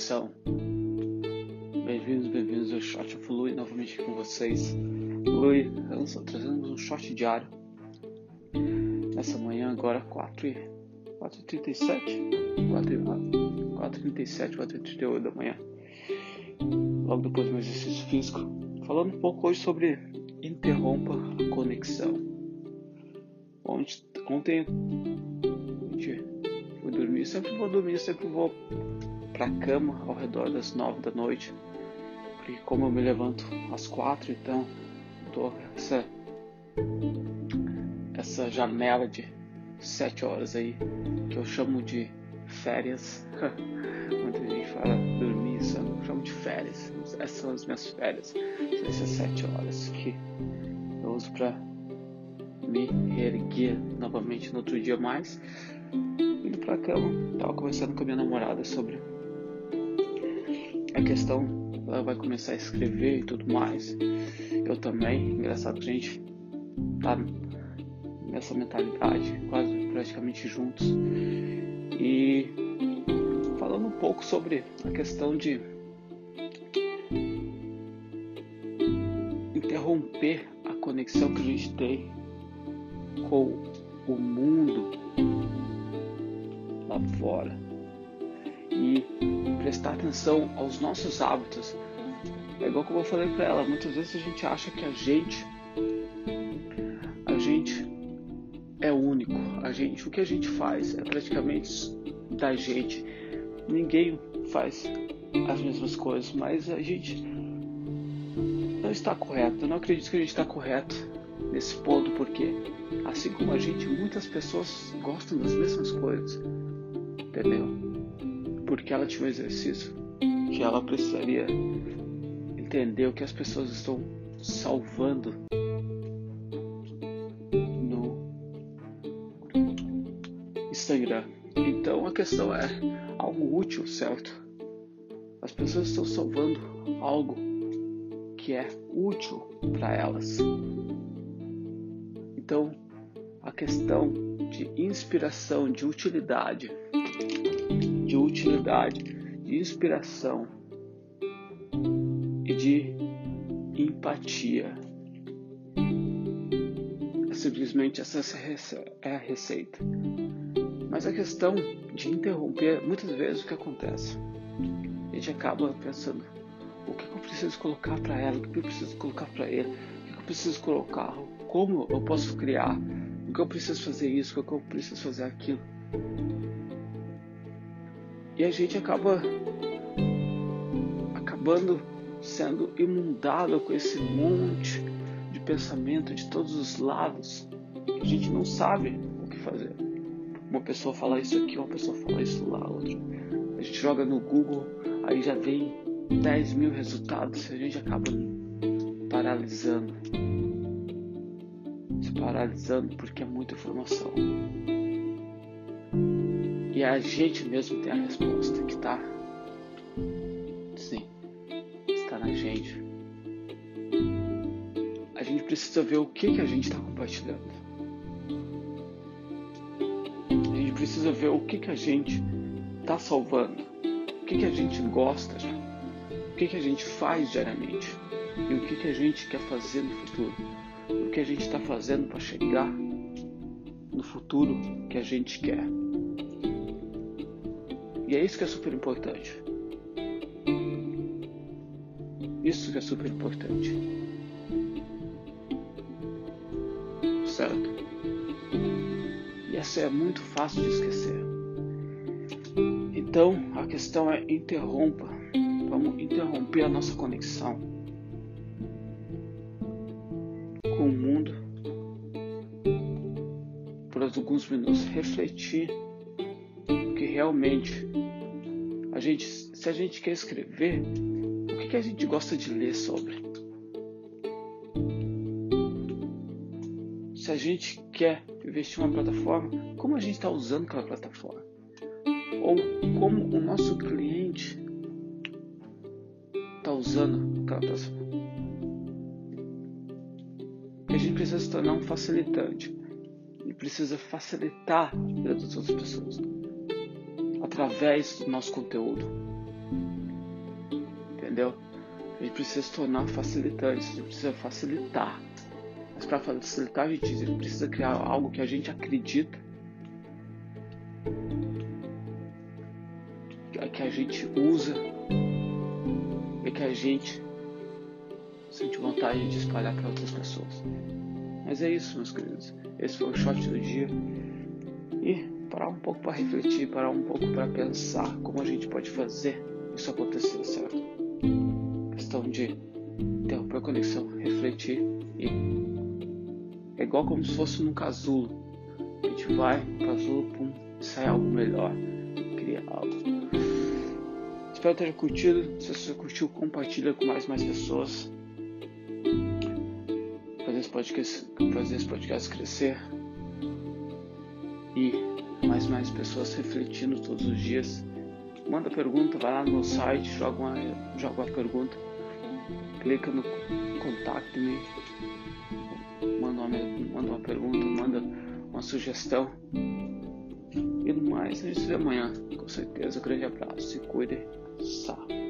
conexão. Bem-vindos ao Shot of Lui, novamente com vocês. Lui, trazendo um shot diário. Nessa manhã agora 4h37, 4h38 da manhã. Logo depois do meu exercício físico. Falando um pouco hoje sobre interrompa a conexão. Ontem fui dormir, sempre vou pra cama ao redor das 9 da noite, porque como eu me levanto às 4, então tô essa janela de 7 horas aí, que eu chamo de férias. Muita gente fala dormir, eu chamo de férias. Essas são as minhas férias, são essas 7 horas que eu uso pra me reerguer novamente no outro dia, mais indo pra cama. Tava conversando com a minha namorada sobre a questão, ela vai começar a escrever e tudo mais, eu também. Engraçado que a gente tá nessa mentalidade, quase praticamente juntos, e falando um pouco sobre a questão de interromper a conexão que a gente tem com o mundo lá fora e prestar atenção aos nossos hábitos. É igual como eu falei pra ela, muitas vezes a gente acha que a gente é único, o que a gente faz é praticamente da gente, ninguém faz as mesmas coisas, mas a gente não está correto. Eu não acredito que a gente está correto nesse ponto, porque assim como a gente, muitas pessoas gostam das mesmas coisas, entendeu? Porque ela tinha um exercício que ela precisaria entender o que as pessoas estão salvando no Instagram. Então a questão é algo útil, certo? As pessoas estão salvando algo que é útil para elas. Então a questão de inspiração, de utilidade, de inspiração e de empatia, simplesmente essa é a receita. Mas a questão de interromper, muitas vezes o que acontece? A gente acaba pensando, o que eu preciso colocar para ela, o que eu preciso colocar para ele, o que eu preciso colocar, como eu posso criar, o que eu preciso fazer isso, o que eu preciso fazer aquilo. E a gente acabando sendo inundado com esse monte de pensamento de todos os lados, que a gente não sabe o que fazer. Uma pessoa fala isso aqui, uma pessoa fala isso lá, outra. A gente joga no Google, aí já vem 10 mil resultados, e a gente acaba se paralisando porque é muita informação. E a gente mesmo tem a resposta, que está na gente. A gente precisa ver o que a gente está compartilhando. A gente precisa ver o que a gente está salvando, o que a gente gosta já, o que a gente faz diariamente e o que a gente quer fazer no futuro, o que a gente está fazendo para chegar no futuro que a gente quer. E é isso que é super importante. Isso que é super importante. Certo? E essa é muito fácil de esquecer. Então, a questão é interrompa. Vamos interromper a nossa conexão com o mundo por alguns minutos. Refletir que realmente se a gente quer escrever, o que a gente gosta de ler sobre? Se a gente quer investir em uma plataforma, como a gente está usando aquela plataforma? Ou como o nosso cliente está usando aquela plataforma? Porque a gente precisa se tornar um facilitante e precisa facilitar a vida das outras pessoas através do nosso conteúdo. entendeu? A gente precisa se tornar facilitantes, a gente precisa facilitar. Mas para facilitar a gente precisa criar algo que a gente acredita, que a gente usa e que a gente sente vontade de espalhar para outras pessoas. Mas é isso, meus queridos. Esse foi o shot do dia. E parar um pouco para refletir, parar um pouco para pensar como a gente pode fazer isso acontecer, certo? Questão de interromper a conexão, refletir e é igual como se fosse num casulo. A gente vai no casulo, pum, sai algo melhor, cria algo. Espero que tenha curtido. Se você curtiu, compartilha com mais pessoas. Fazer esse podcast crescer e mais pessoas refletindo todos os dias. Manda pergunta, vai lá no meu site, joga uma pergunta, clica no Contact-me, manda uma pergunta, manda uma sugestão. E no mais, a gente se vê amanhã, com certeza. Um grande abraço, se cuidem,